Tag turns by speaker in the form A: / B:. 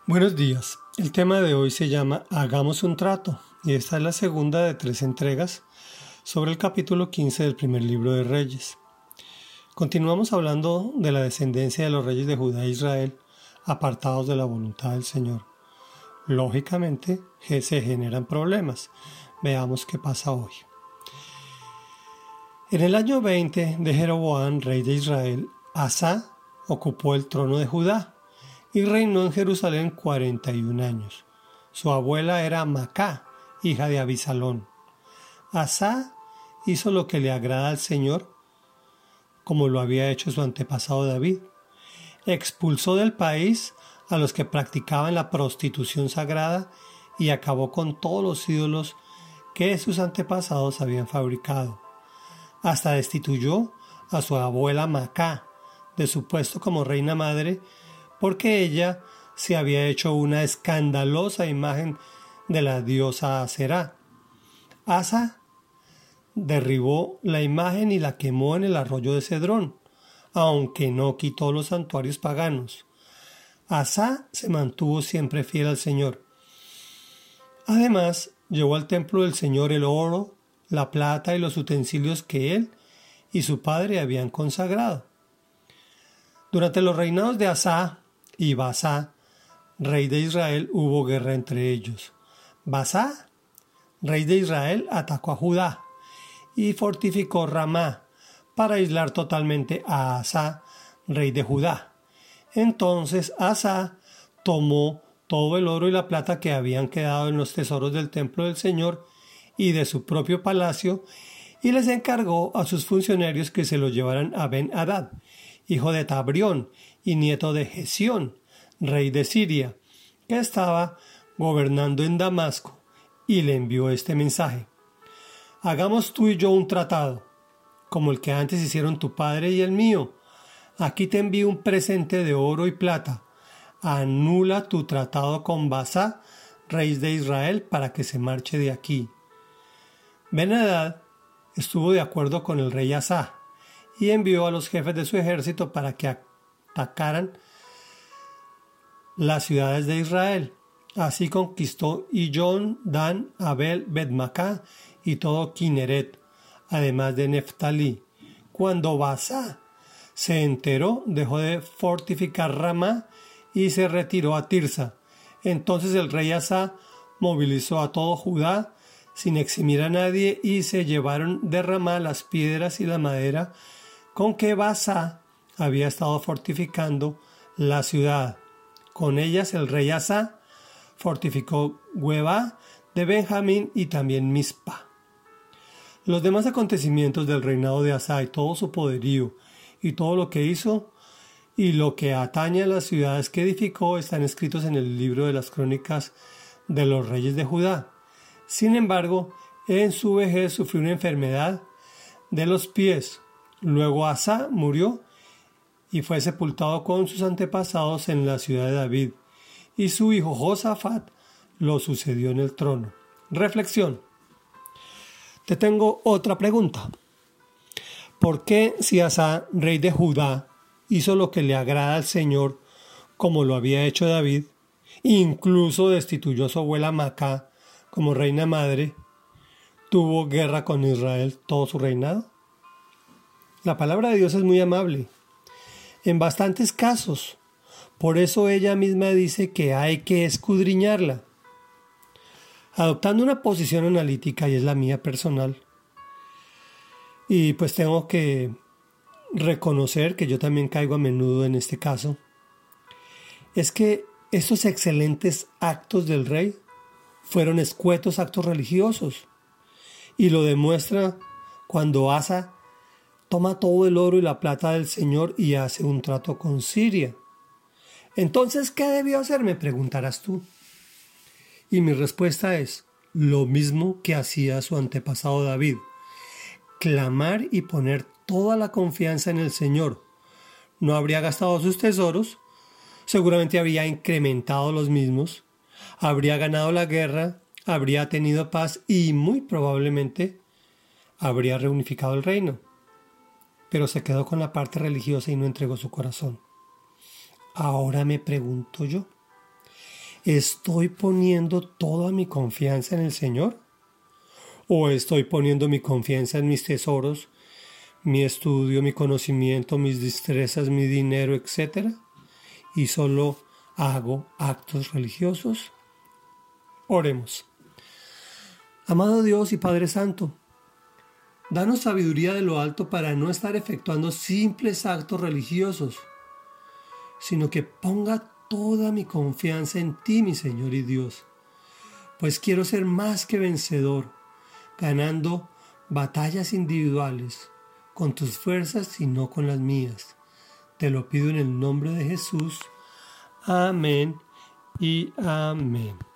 A: Buenos días. El tema de hoy se llama Hagamos un trato y esta es la segunda de 3 entregas sobre el capítulo 15 del primer libro de Reyes. Continuamos hablando de la descendencia de los reyes de Judá e Israel apartados de la voluntad del Señor. Lógicamente se generan problemas. Veamos qué pasa hoy. En el año 20 de Jeroboam, rey de Israel, Asa ocupó el trono de Judá y reinó en Jerusalén 41 años. Su abuela era Macá, hija de Abisalón. Asa hizo lo que le agrada al Señor, como lo había hecho su antepasado David. Expulsó del país a los que practicaban la prostitución sagrada y acabó con todos los ídolos que sus antepasados habían fabricado. Hasta destituyó a su abuela Macá de su puesto como reina madre porque ella se había hecho una escandalosa imagen de la diosa Aserá. Asa derribó la imagen y la quemó en el arroyo de Cedrón, aunque no quitó los santuarios paganos. Asa se mantuvo siempre fiel al Señor. Además, llevó al templo del Señor el oro, la plata y los utensilios que él y su padre habían consagrado. Durante los reinados de Asa y Basá, rey de Israel, hubo guerra entre ellos. Basá, rey de Israel, atacó a Judá y fortificó Ramá para aislar totalmente a Asa, rey de Judá. Entonces Asa tomó todo el oro y la plata que habían quedado en los tesoros del templo del Señor y de su propio palacio y les encargó a sus funcionarios que se lo llevaran a Ben-Hadad, hijo de Tabrión y nieto de Gesión, rey de Siria, que estaba gobernando en Damasco, y le envió este mensaje: Hagamos tú y yo un tratado, como el que antes hicieron tu padre y el mío. Aquí te envío un presente de oro y plata. Anula tu tratado con Basá, rey de Israel, para que se marche de aquí. Ben-Hadad estuvo de acuerdo con el rey Asa y envió a los jefes de su ejército para que atacaran las ciudades de Israel. Así conquistó Iyón, Dan, Abel, Bet-Macá y todo Kineret, además de Neftalí. Cuando Basá se enteró, dejó de fortificar Ramá y se retiró a Tirsa. Entonces el rey Asa movilizó a todo Judá sin eximir a nadie y se llevaron de Ramá las piedras y la madera con que Basá había estado fortificando la ciudad. Con ellas el rey Asa fortificó Guebá de Benjamín y también Mizpa. Los demás acontecimientos del reinado de Asa y todo su poderío y todo lo que hizo y lo que atañe a las ciudades que edificó están escritos en el libro de las crónicas de los reyes de Judá. Sin embargo, en su vejez sufrió una enfermedad de los pies. Luego Asa murió y fue sepultado con sus antepasados en la ciudad de David, y su hijo Josafat lo sucedió en el trono. Reflexión. Te tengo otra pregunta. ¿Por qué si Asa, rey de Judá, hizo lo que le agrada al Señor, como lo había hecho David, incluso destituyó a su abuela Macá como reina madre, tuvo guerra con Israel todo su reinado? La palabra de Dios es muy amable en bastantes casos. Por eso ella misma dice que hay que escudriñarla. Adoptando una posición analítica, y es la mía personal, y pues tengo que reconocer que yo también caigo a menudo en este caso, es que estos excelentes actos del rey fueron escuetos actos religiosos, y lo demuestra cuando Asa toma todo el oro y la plata del Señor y hace un trato con Siria. Entonces, ¿qué debió hacer?, me preguntarás tú. Y mi respuesta es lo mismo que hacía su antepasado David: clamar y poner toda la confianza en el Señor. No habría gastado sus tesoros, seguramente habría incrementado los mismos, habría ganado la guerra, habría tenido paz y muy probablemente habría reunificado el reino. Pero se quedó con la parte religiosa y no entregó su corazón. Ahora me pregunto yo, ¿Estoy poniendo toda mi confianza en el Señor? ¿O estoy poniendo mi confianza en mis tesoros, mi estudio, mi conocimiento, mis destrezas, mi dinero, etcétera? ¿Y solo hago actos religiosos? Oremos. Amado Dios y Padre Santo, danos sabiduría de lo alto para no estar efectuando simples actos religiosos, sino que ponga toda mi confianza en ti, mi Señor y Dios, pues quiero ser más que vencedor, ganando batallas individuales con tus fuerzas y no con las mías. Te lo pido en el nombre de Jesús. Amén y amén.